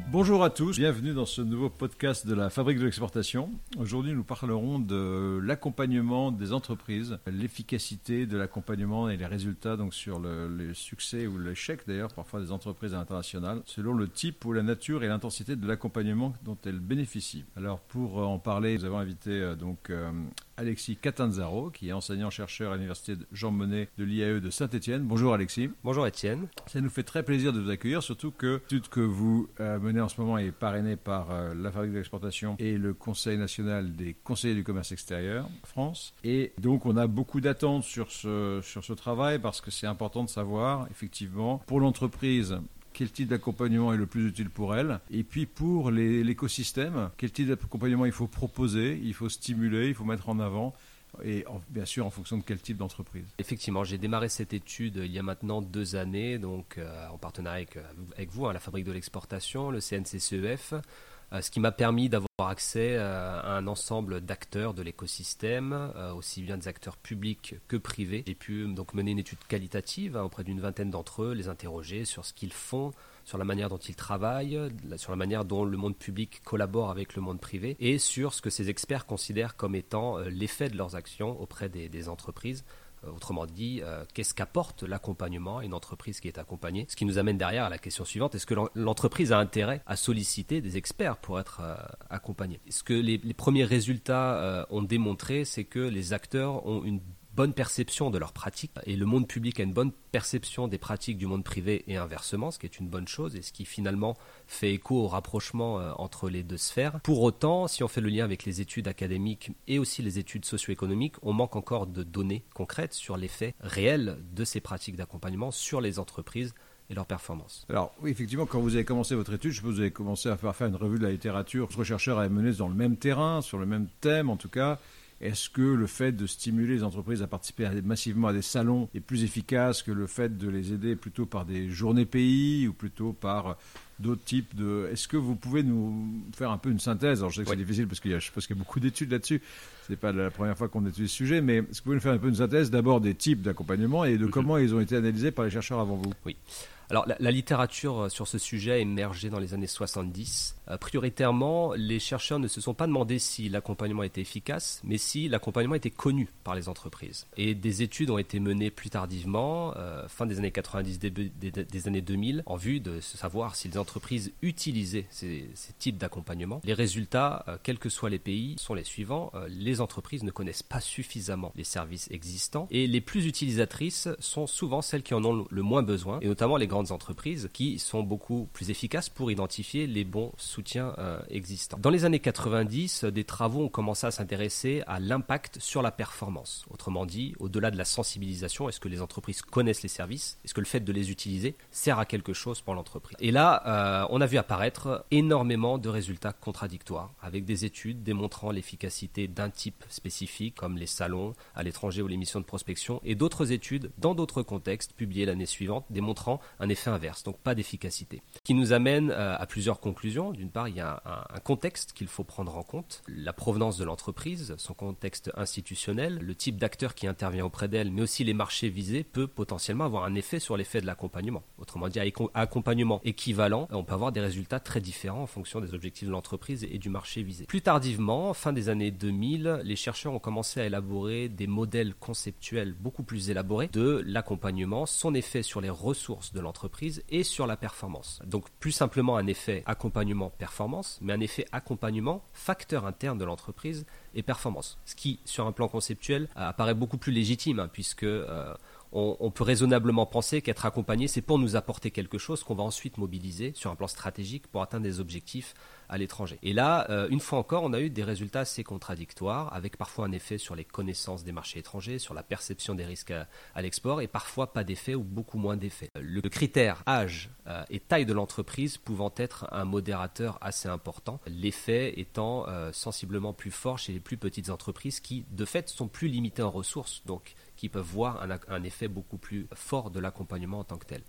Bonjour à tous, bienvenue dans ce nouveau podcast de la Fabrique de l'exportation. Aujourd'hui, nous parlerons de l'accompagnement des entreprises, l'efficacité de l'accompagnement et les résultats donc sur le succès ou l'échec d'ailleurs parfois des entreprises internationales, selon le type ou la nature et l'intensité de l'accompagnement dont elles bénéficient. Alors pour en parler, nous avons invité Alexis Catanzaro, qui est enseignant-chercheur à l'université Jean Monnet de l'IAE de Saint-Étienne. Bonjour Alexis. Bonjour Étienne. Ça nous fait très plaisir de vous accueillir, surtout que l'étude que vous menez en ce moment est parrainée par la Fabrique de l'exportation et le Conseil national des conseillers du commerce extérieur France. Et donc on a beaucoup d'attentes sur ce travail parce que c'est important de savoir, effectivement, pour l'entreprise, quel type d'accompagnement est le plus utile pour elle. Et puis pour l'écosystème, quel type d'accompagnement il faut proposer, il faut stimuler, il faut mettre en avant. Et bien sûr en fonction de quel type d'entreprise. Effectivement, j'ai démarré cette étude il y a maintenant 2 années, donc en partenariat avec vous, la Fabrique de l'exportation, le CNCCEF, ce qui m'a permis d'avoir accès à un ensemble d'acteurs de l'écosystème, aussi bien des acteurs publics que privés. J'ai pu donc mener une étude qualitative auprès d'une vingtaine d'entre eux, les interroger sur ce qu'ils font, sur la manière dont ils travaillent, sur la manière dont le monde public collabore avec le monde privé et sur ce que ces experts considèrent comme étant l'effet de leurs actions auprès des entreprises. Autrement dit, qu'est-ce qu'apporte l'accompagnement à une entreprise qui est accompagnée? Ce qui nous amène derrière à la question suivante, est-ce que l'entreprise a intérêt à solliciter des experts pour être accompagnée? Ce que les premiers résultats ont démontré, c'est que les acteurs ont une bonne perception de leurs pratiques et le monde public a une bonne perception des pratiques du monde privé et inversement, ce qui est une bonne chose et ce qui finalement fait écho au rapprochement entre les deux sphères. Pour autant, si on fait le lien avec les études académiques et aussi les études socio-économiques, on manque encore de données concrètes sur l'effet réel de ces pratiques d'accompagnement sur les entreprises et leur performance. Alors oui, effectivement, quand vous avez commencé votre étude, je suppose que vous avez commencé à faire une revue de la littérature. Votre chercheur a mené dans le même terrain, sur le même thème en tout cas. Est-ce que le fait de stimuler les entreprises à participer massivement à des salons est plus efficace que le fait de les aider plutôt par des journées pays ou plutôt par d'autres types de... Est-ce que vous pouvez nous faire un peu une synthèse? Alors je sais que c'est difficile parce je suppose qu'il y a beaucoup d'études là-dessus. Ce n'est pas la première fois qu'on étudie ce sujet, mais est-ce que vous pouvez nous faire un peu une synthèse d'abord des types d'accompagnement et de comment ils ont été analysés par les chercheurs avant vous? Oui. Alors, la littérature sur ce sujet a émergé dans les années 70. Prioritairement, les chercheurs ne se sont pas demandé si l'accompagnement était efficace, mais si l'accompagnement était connu par les entreprises. Et des études ont été menées plus tardivement, fin des années 90, début des années 2000, en vue de savoir si les entreprises utilisaient ces types d'accompagnement. Les résultats, quels que soient les pays, sont les suivants. Les entreprises ne connaissent pas suffisamment les services existants et les plus utilisatrices sont souvent celles qui en ont le moins besoin, et notamment les grandes entreprises qui sont beaucoup plus efficaces pour identifier les bons soutiens existants. Dans les années 90, des travaux ont commencé à s'intéresser à l'impact sur la performance. Autrement dit, au-delà de la sensibilisation, est-ce que les entreprises connaissent les services? Est-ce que le fait de les utiliser sert à quelque chose pour l'entreprise? Et là, on a vu apparaître énormément de résultats contradictoires, avec des études démontrant l'efficacité d'un type spécifique, comme les salons à l'étranger ou les missions de prospection, et d'autres études dans d'autres contextes publiées l'année suivante, démontrant un effet inverse, donc pas d'efficacité. Ce qui nous amène à plusieurs conclusions. D'une part, il y a un contexte qu'il faut prendre en compte, la provenance de l'entreprise, son contexte institutionnel, le type d'acteur qui intervient auprès d'elle, mais aussi les marchés visés peut potentiellement avoir un effet sur l'effet de l'accompagnement. Autrement dit, à accompagnement équivalent, on peut avoir des résultats très différents en fonction des objectifs de l'entreprise et du marché visé. Plus tardivement, fin des années 2000, les chercheurs ont commencé à élaborer des modèles conceptuels beaucoup plus élaborés de l'accompagnement, son effet sur les ressources de l'entreprise et sur la performance. Donc plus simplement un effet accompagnement-performance, mais un effet accompagnement facteur interne de l'entreprise et performance. Ce qui, sur un plan conceptuel, apparaît beaucoup plus légitime, puisque on peut raisonnablement penser qu'être accompagné, c'est pour nous apporter quelque chose qu'on va ensuite mobiliser sur un plan stratégique pour atteindre des objectifs à l'étranger. Et là, une fois encore, on a eu des résultats assez contradictoires, avec parfois un effet sur les connaissances des marchés étrangers, sur la perception des risques à l'export, et parfois pas d'effet ou beaucoup moins d'effet. Le critère âge et taille de l'entreprise pouvant être un modérateur assez important, l'effet étant sensiblement plus fort chez les plus petites entreprises qui, de fait, sont plus limitées en ressources, donc qui peuvent voir un effet beaucoup plus fort de l'accompagnement en tant que tel.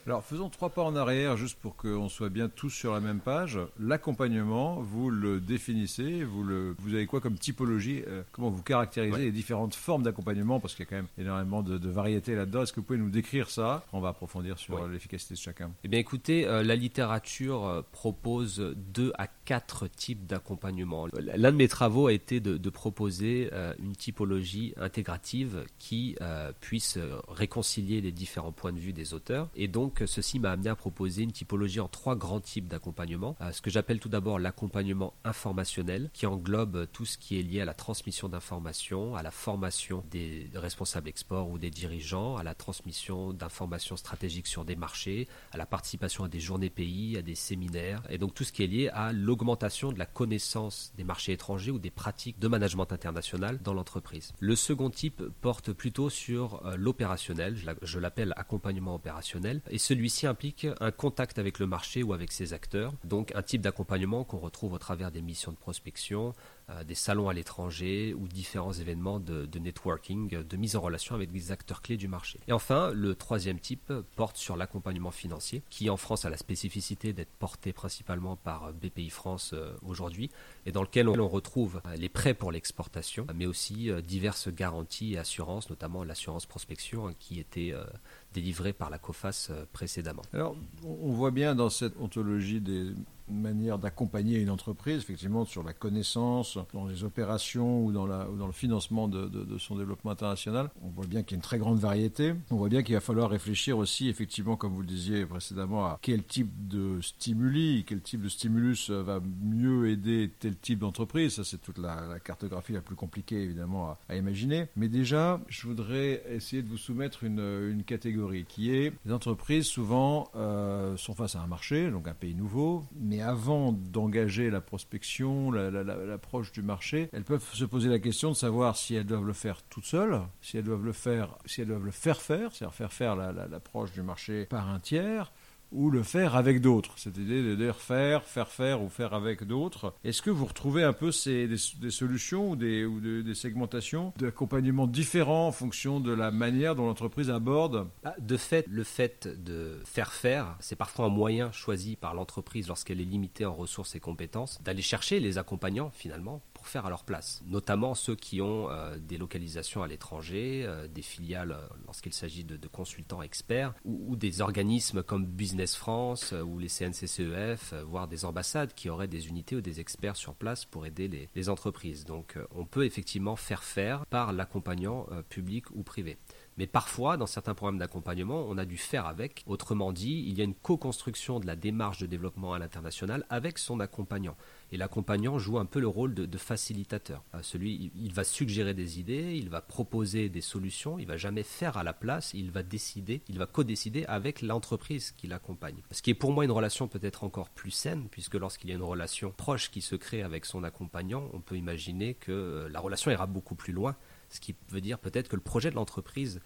Alors faisons 3 pas en arrière, juste pour qu'on soit bien tous sur la même page. L'accompagnement, vous le définissez, vous avez quoi comme typologie, comment vous caractérisez les différentes formes d'accompagnement, parce qu'il y a quand même énormément de variétés là-dedans. Est-ce que vous pouvez nous décrire ça? On va approfondir sur l'efficacité de chacun. Eh bien écoutez, la littérature propose 2 à 4 types d'accompagnement. L'un de mes travaux a été de proposer une typologie intégrative qui puisse réconcilier les différents points de vue des auteurs. Et donc, ceci m'a amené à proposer une typologie en 3 grands types d'accompagnement. Ce que j'appelle tout d'abord l'accompagnement informationnel, qui englobe tout ce qui est lié à la transmission d'informations, à la formation des responsables export ou des dirigeants, à la transmission d'informations stratégiques sur des marchés, à la participation à des journées pays, à des séminaires, et donc tout ce qui est lié à l'augmentation de la connaissance des marchés étrangers ou des pratiques de management international dans l'entreprise. Le second type porte plutôt sur l'opérationnel, je l'appelle accompagnement opérationnel, et celui-ci implique un contact avec le marché ou avec ses acteurs, donc un type d'accompagnement qu'on retrouve au travers des missions de prospection, des salons à l'étranger ou différents événements de networking, de mise en relation avec des acteurs clés du marché. Et enfin, le troisième type porte sur l'accompagnement financier, qui en France a la spécificité d'être porté principalement par BPI France aujourd'hui, et dans lequel on retrouve les prêts pour l'exportation, mais aussi diverses garanties et assurances, notamment l'assurance prospection qui était délivrée par la COFAS précédemment. Alors, on voit bien dans cette ontologie des manières d'accompagner une entreprise, effectivement, sur la connaissance, dans les opérations ou dans le financement de son développement international. On voit bien qu'il y a une très grande variété. On voit bien qu'il va falloir réfléchir aussi, effectivement, comme vous le disiez précédemment, à quel type de stimuli, quel type de stimulus va mieux aider tel type d'entreprise. Ça, c'est toute la cartographie la plus compliquée, évidemment, à imaginer. Mais déjà, je voudrais essayer de vous soumettre une catégorie qui est les entreprises, souvent, sont face à un marché, donc un pays nouveau, mais avant d'engager la prospection, l'approche du marché, elles peuvent se poser la question de savoir si elles doivent le faire toutes seules, si elles doivent le faire faire, c'est-à-dire faire faire l'approche du marché par un tiers, ou le faire avec d'autres. Cette idée de dire faire ou faire avec d'autres. Est-ce que vous retrouvez un peu des solutions ou des segmentations d'accompagnement différents en fonction de la manière dont l'entreprise aborde? De fait, le fait de faire, c'est parfois un moyen choisi par l'entreprise lorsqu'elle est limitée en ressources et compétences, d'aller chercher les accompagnants finalement pour faire à leur place. Notamment ceux qui ont des localisations à l'étranger, des filiales lorsqu'il s'agit de consultants experts, ou des organismes comme Business France ou les CNCCEF, voire des ambassades qui auraient des unités ou des experts sur place pour aider les entreprises. Donc on peut effectivement faire par l'accompagnant public ou privé. Mais parfois, dans certains programmes d'accompagnement, on a dû faire avec. Autrement dit, il y a une co-construction de la démarche de développement à l'international avec son accompagnant. Et l'accompagnant joue un peu le rôle de facilitateur. Il va suggérer des idées, il va proposer des solutions, il ne va jamais faire à la place, il va co-décider avec l'entreprise qui l'accompagne. Ce qui est pour moi une relation peut-être encore plus saine, puisque lorsqu'il y a une relation proche qui se crée avec son accompagnant, on peut imaginer que la relation ira beaucoup plus loin. Ce qui veut dire peut-être que le projet de l'entreprise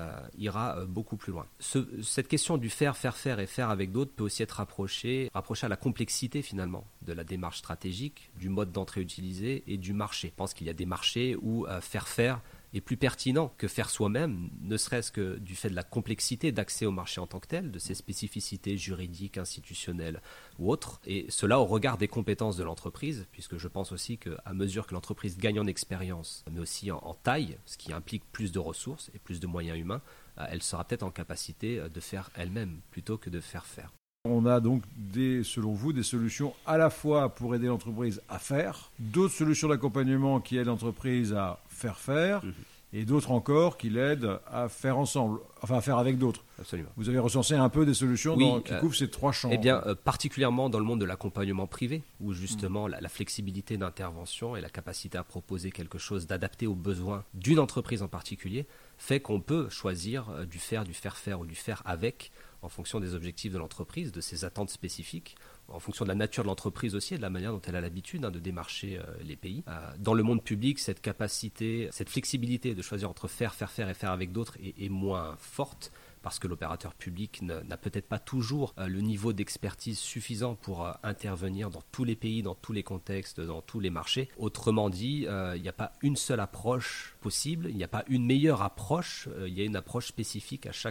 ira beaucoup plus loin. Cette question du faire et faire avec d'autres peut aussi être rapprochée à la complexité finalement de la démarche stratégique, du mode d'entrée utilisé et du marché. Je pense qu'il y a des marchés où faire est plus pertinent que faire soi-même, ne serait-ce que du fait de la complexité d'accès au marché en tant que tel, de ses spécificités juridiques, institutionnelles ou autres, et cela au regard des compétences de l'entreprise, puisque je pense aussi qu'à mesure que l'entreprise gagne en expérience, mais aussi en taille, ce qui implique plus de ressources et plus de moyens humains, elle sera peut-être en capacité de faire elle-même plutôt que de faire. On a donc, selon vous, des solutions à la fois pour aider l'entreprise à faire, d'autres solutions d'accompagnement qui aident l'entreprise à faire, et d'autres encore qui l'aident à faire ensemble, enfin à faire avec d'autres. Absolument. Vous avez recensé un peu des solutions qui couvrent ces 3 champs. Eh bien, particulièrement dans le monde de l'accompagnement privé, où justement la flexibilité d'intervention et la capacité à proposer quelque chose d'adapté aux besoins d'une entreprise en particulier fait qu'on peut choisir du faire ou du faire avec, en fonction des objectifs de l'entreprise, de ses attentes spécifiques, en fonction de la nature de l'entreprise aussi et de la manière dont elle a l'habitude de démarcher les pays. Dans le monde public, cette capacité, cette flexibilité de choisir entre faire et faire avec d'autres est moins forte, parce que l'opérateur public n'a peut-être pas toujours le niveau d'expertise suffisant pour intervenir dans tous les pays, dans tous les contextes, dans tous les marchés. Autrement dit, il n'y a pas une seule approche possible, il n'y a pas une meilleure approche, il y a une approche spécifique à chaque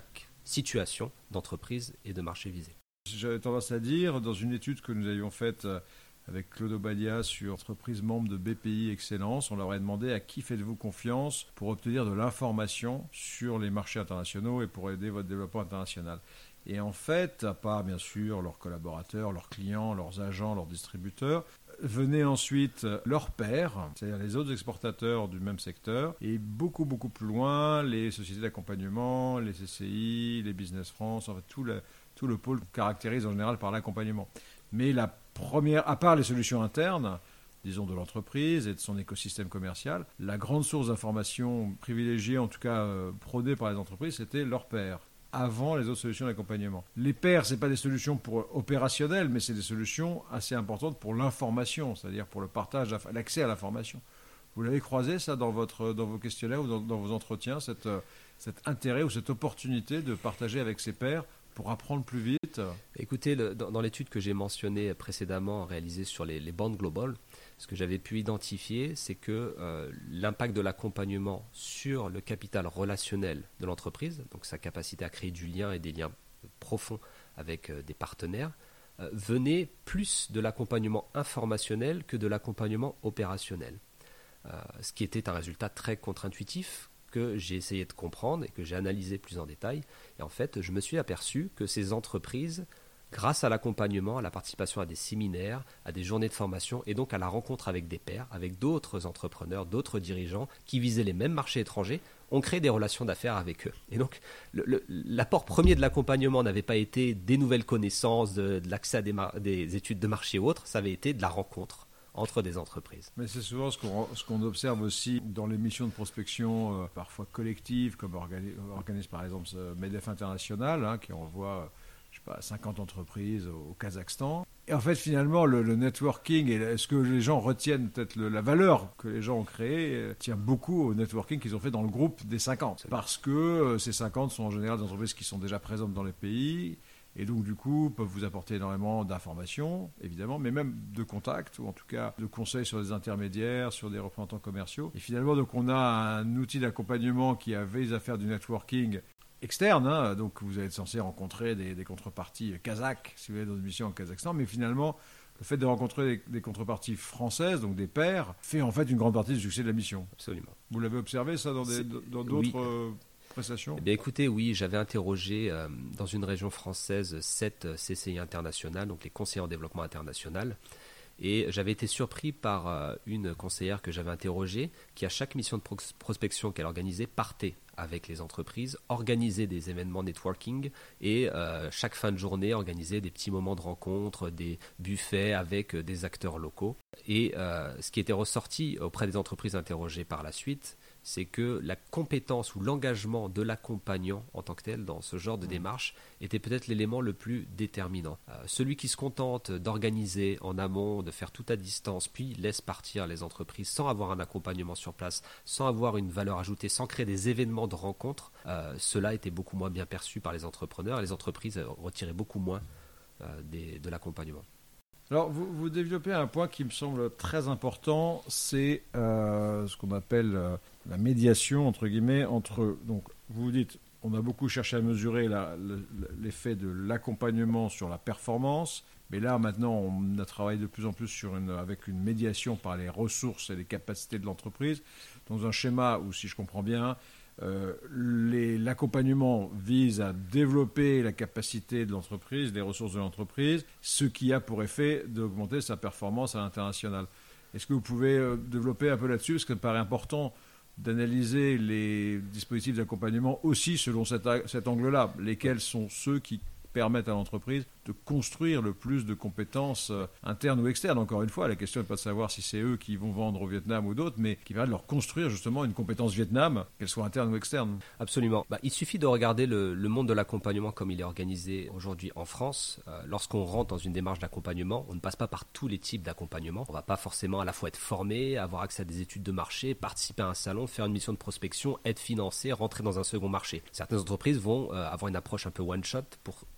situation d'entreprise et de marché visé. J'avais tendance à dire, dans une étude que nous avions faite avec Claude Obadia sur entreprises membres de BPI Excellence, on leur a demandé à qui faites-vous confiance pour obtenir de l'information sur les marchés internationaux et pour aider votre développement international. Et en fait, à part bien sûr leurs collaborateurs, leurs clients, leurs agents, leurs distributeurs, venaient ensuite leurs pairs, c'est-à-dire les autres exportateurs du même secteur, et beaucoup plus loin, les sociétés d'accompagnement, les CCI, les Business France, en fait tout le pôle caractérise en général par l'accompagnement. Mais la première, à part les solutions internes, disons de l'entreprise et de son écosystème commercial, la grande source d'information privilégiée, en tout cas prônée par les entreprises, c'était leurs pairs, avant les autres solutions d'accompagnement. Les pairs, ce n'est pas des solutions opérationnelles, mais c'est des solutions assez importantes pour l'information, c'est-à-dire pour le partage, l'accès à l'information. Vous l'avez croisé, ça, dans vos questionnaires ou dans vos entretiens, cet intérêt ou cette opportunité de partager avec ses pairs pour apprendre plus vite? Écoutez, dans l'étude que j'ai mentionnée précédemment, réalisée sur les bandes globales, ce que j'avais pu identifier, c'est que l'impact de l'accompagnement sur le capital relationnel de l'entreprise, donc sa capacité à créer du lien et des liens profonds avec des partenaires, venait plus de l'accompagnement informationnel que de l'accompagnement opérationnel. Ce qui était un résultat très contre-intuitif, que j'ai essayé de comprendre et que j'ai analysé plus en détail. Et en fait, je me suis aperçu que ces entreprises, grâce à l'accompagnement, à la participation à des séminaires, à des journées de formation et donc à la rencontre avec des pairs, avec d'autres entrepreneurs, d'autres dirigeants qui visaient les mêmes marchés étrangers, ont créé des relations d'affaires avec eux. Et donc, l'apport premier de l'accompagnement n'avait pas été des nouvelles connaissances, de l'accès à des études de marché ou autres, ça avait été de la rencontre entre des entreprises. Mais c'est souvent ce qu'on observe aussi dans les missions de prospection, parfois collectives, comme organise par exemple MEDEF International, qui envoie 50 entreprises au Kazakhstan. Et en fait, finalement, le networking, et ce que les gens retiennent, peut-être la valeur que les gens ont créée, tient beaucoup au networking qu'ils ont fait dans le groupe des 50. Parce que ces 50 sont en général des entreprises qui sont déjà présentes dans les pays, et donc, du coup, peuvent vous apporter énormément d'informations, évidemment, mais même de contacts, ou en tout cas de conseils sur des intermédiaires, sur des représentants commerciaux. Et finalement, donc, on a un outil d'accompagnement qui avait les affaires du networking externe. Donc, vous êtes censé rencontrer des contreparties kazakhs, si vous avez dans une mission au Kazakhstan, mais finalement, le fait de rencontrer des contreparties françaises, donc des pairs, fait en fait une grande partie du succès de la mission. Absolument. Vous l'avez observé, ça, dans d'autres... Oui. Eh bien, écoutez, oui, j'avais interrogé dans une région française 7 CCI internationales, donc les conseillers en développement international, et j'avais été surpris par une conseillère que j'avais interrogée qui, à chaque mission de prospection qu'elle organisait, partait avec les entreprises, organisait des événements networking et chaque fin de journée organisait des petits moments de rencontre, des buffets avec des acteurs locaux. Et ce qui était ressorti auprès des entreprises interrogées par la suite, c'est que la compétence ou l'engagement de l'accompagnant en tant que tel dans ce genre de démarche était peut-être l'élément le plus déterminant. Celui qui se contente d'organiser en amont, de faire tout à distance, puis laisse partir les entreprises sans avoir un accompagnement sur place, sans avoir une valeur ajoutée, sans créer des événements de rencontre, cela était beaucoup moins bien perçu par les entrepreneurs et les entreprises retiraient beaucoup moins de l'accompagnement. Alors, vous développez un point qui me semble très important, c'est ce qu'on appelle la médiation, entre guillemets, entre... Donc, vous vous dites, on a beaucoup cherché à mesurer l'effet de l'accompagnement sur la performance, mais là, maintenant, on a travaillé de plus en plus avec une médiation par les ressources et les capacités de l'entreprise, dans un schéma où, si je comprends bien, l'accompagnement vise à développer la capacité de l'entreprise, les ressources de l'entreprise, ce qui a pour effet d'augmenter sa performance à l'international. Est-ce que vous pouvez développer un peu là-dessus, parce que ça me paraît important d'analyser les dispositifs d'accompagnement aussi selon cet angle-là, lesquels sont ceux qui permettent à l'entreprise de construire le plus de compétences internes ou externes. Encore une fois, la question n'est pas de savoir si c'est eux qui vont vendre au Vietnam ou d'autres, mais qui permettent de leur construire justement une compétence Vietnam, qu'elle soit interne ou externe. Absolument. Il suffit de regarder le monde de l'accompagnement comme il est organisé aujourd'hui en France. Lorsqu'on rentre dans une démarche d'accompagnement, on ne passe pas par tous les types d'accompagnement. On ne va pas forcément à la fois être formé, avoir accès à des études de marché, participer à un salon, faire une mission de prospection, être financé, rentrer dans un second marché. Certaines entreprises vont avoir une approche un peu one-shot pour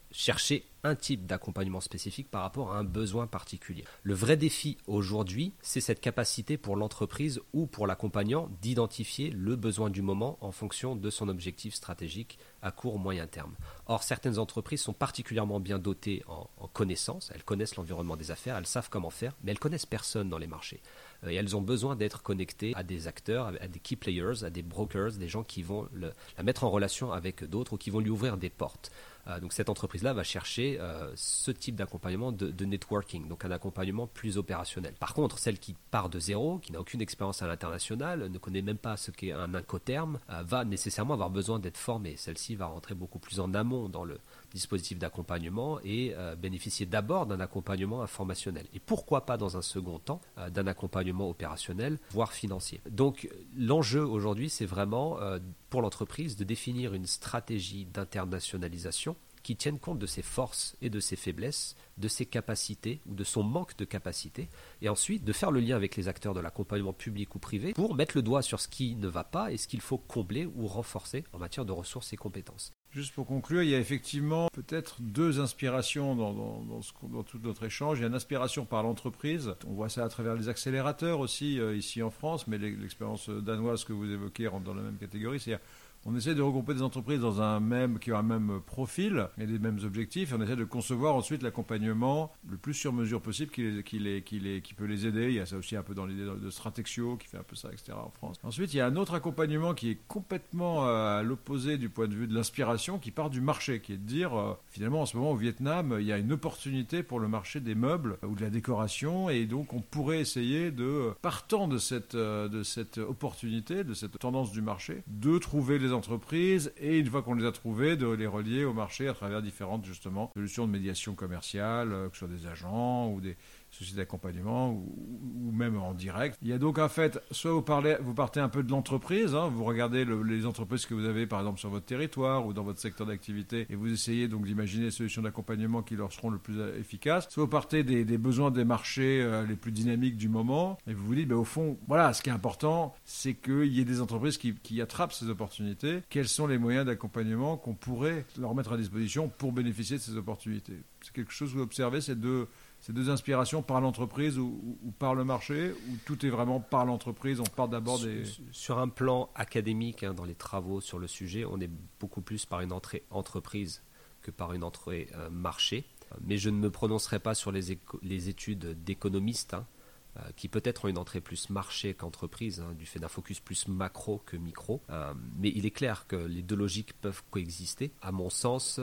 chercher un type d'accompagnement spécifique par rapport à un besoin particulier. Le vrai défi aujourd'hui, c'est cette capacité pour l'entreprise ou pour l'accompagnant d'identifier le besoin du moment en fonction de son objectif stratégique à court ou moyen terme. Or, certaines entreprises sont particulièrement bien dotées en connaissances, elles connaissent l'environnement des affaires, elles savent comment faire, mais elles connaissent personne dans les marchés. Et elles ont besoin d'être connectées à des acteurs, à des key players, à des brokers, des gens qui vont la mettre en relation avec d'autres ou qui vont lui ouvrir des portes. Donc cette entreprise-là va chercher ce type d'accompagnement de networking, donc un accompagnement plus opérationnel. Par contre, celle qui part de zéro, qui n'a aucune expérience à l'international, ne connaît même pas ce qu'est un incoterm, va nécessairement avoir besoin d'être formée. Celle-ci va rentrer beaucoup plus en amont dans le dispositif d'accompagnement et bénéficier d'abord d'un accompagnement informationnel. Et pourquoi pas dans un second temps d'un accompagnement opérationnel, voire financier. Donc l'enjeu aujourd'hui, c'est vraiment pour l'entreprise de définir une stratégie d'internationalisation qui tienne compte de ses forces et de ses faiblesses, de ses capacités ou de son manque de capacité, et ensuite de faire le lien avec les acteurs de l'accompagnement public ou privé pour mettre le doigt sur ce qui ne va pas et ce qu'il faut combler ou renforcer en matière de ressources et compétences. Juste pour conclure, il y a effectivement peut-être deux inspirations dans tout notre échange. Il y a une inspiration par l'entreprise. On voit ça à travers les accélérateurs aussi, ici en France, mais l'expérience danoise que vous évoquez rentre dans la même catégorie. C'est-à-dire on essaie de regrouper des entreprises qui ont un même profil et les mêmes objectifs. Et on essaie de concevoir ensuite l'accompagnement le plus sur mesure possible qui peut les aider. Il y a ça aussi un peu dans l'idée de Stratexio qui fait un peu ça, etc. en France. Ensuite, il y a un autre accompagnement qui est complètement à l'opposé du point de vue de l'inspiration, qui part du marché, qui est de dire, finalement, en ce moment au Vietnam, il y a une opportunité pour le marché des meubles ou de la décoration. Et donc, on pourrait essayer partant de cette opportunité, de cette tendance du marché, de trouver les entreprises et une fois qu'on les a trouvées, de les relier au marché à travers différentes justement solutions de médiation commerciale, que ce soit des agents ou des sociétés d'accompagnement ou même en direct. Il y a donc en fait, soit vous partez un peu de l'entreprise, vous regardez les entreprises que vous avez par exemple sur votre territoire ou dans votre secteur d'activité et vous essayez donc d'imaginer les solutions d'accompagnement qui leur seront le plus efficaces. Soit vous partez des besoins des marchés les plus dynamiques du moment et vous vous dites, au fond, voilà, ce qui est important, c'est qu'il y ait des entreprises qui attrapent ces opportunités. Quels sont les moyens d'accompagnement qu'on pourrait leur mettre à disposition pour bénéficier de ces opportunités? C'est quelque chose que vous observez, ces deux inspirations par l'entreprise ou par le marché, ou tout est vraiment par l'entreprise, on part d'abord des... Sur un plan académique, dans les travaux sur le sujet, on est beaucoup plus par une entrée entreprise que par une entrée marché. Mais je ne me prononcerai pas sur les études d'économistes, qui peut-être ont une entrée plus marché qu'entreprise, du fait d'un focus plus macro que micro. Mais il est clair que les deux logiques peuvent coexister. À mon sens,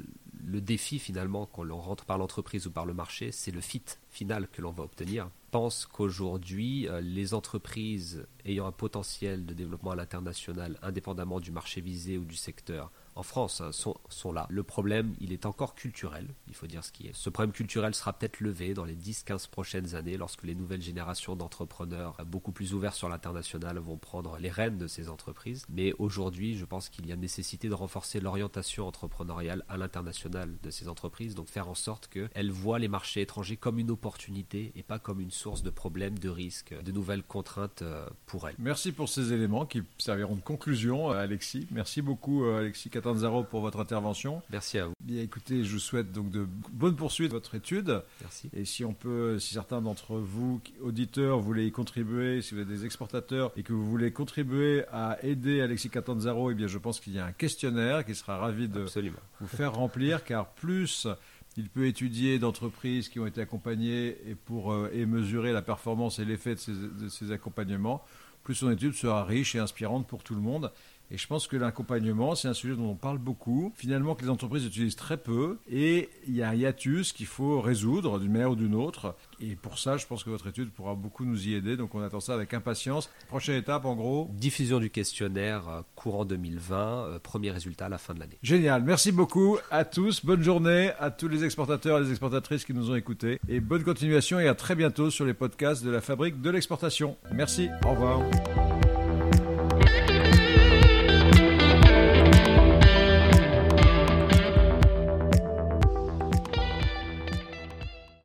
le défi finalement, quand l'on rentre par l'entreprise ou par le marché, c'est le fit final que l'on va obtenir. Je pense qu'aujourd'hui, les entreprises ayant un potentiel de développement à l'international, indépendamment du marché visé ou du secteur, en France, sont là. Le problème, il est encore culturel, il faut dire ce qui est. Ce problème culturel sera peut-être levé dans les 10-15 prochaines années lorsque les nouvelles générations d'entrepreneurs beaucoup plus ouverts sur l'international vont prendre les rênes de ces entreprises. Mais aujourd'hui, je pense qu'il y a nécessité de renforcer l'orientation entrepreneuriale à l'international de ces entreprises, donc faire en sorte qu'elles voient les marchés étrangers comme une opportunité et pas comme une source de problèmes, de risques, de nouvelles contraintes pour elles. Merci pour ces éléments qui serviront de conclusion, Alexis. Merci beaucoup, Alexis Catanzaro, pour votre intervention. Merci à vous. Bien, écoutez, je vous souhaite donc de bonnes poursuites de votre étude. Merci. Et si certains d'entre vous, auditeurs, voulez y contribuer, si vous êtes des exportateurs et que vous voulez contribuer à aider Alexis Catanzaro, eh bien, je pense qu'il y a un questionnaire qui sera ravi de vous faire remplir, car plus il peut étudier d'entreprises qui ont été accompagnées et mesurer la performance et l'effet de ces accompagnements, plus son étude sera riche et inspirante pour tout le monde. Et je pense que l'accompagnement, c'est un sujet dont on parle beaucoup, finalement que les entreprises utilisent très peu, et il y a un hiatus qu'il faut résoudre d'une manière ou d'une autre. Et pour ça, je pense que votre étude pourra beaucoup nous y aider, donc on attend ça avec impatience. Prochaine étape, en gros... diffusion du questionnaire courant 2020, premier résultat à la fin de l'année. Génial, merci beaucoup à tous, bonne journée à tous les exportateurs et les exportatrices qui nous ont écoutés, et bonne continuation et à très bientôt sur les podcasts de la Fabrique de l'exportation. Merci, au revoir.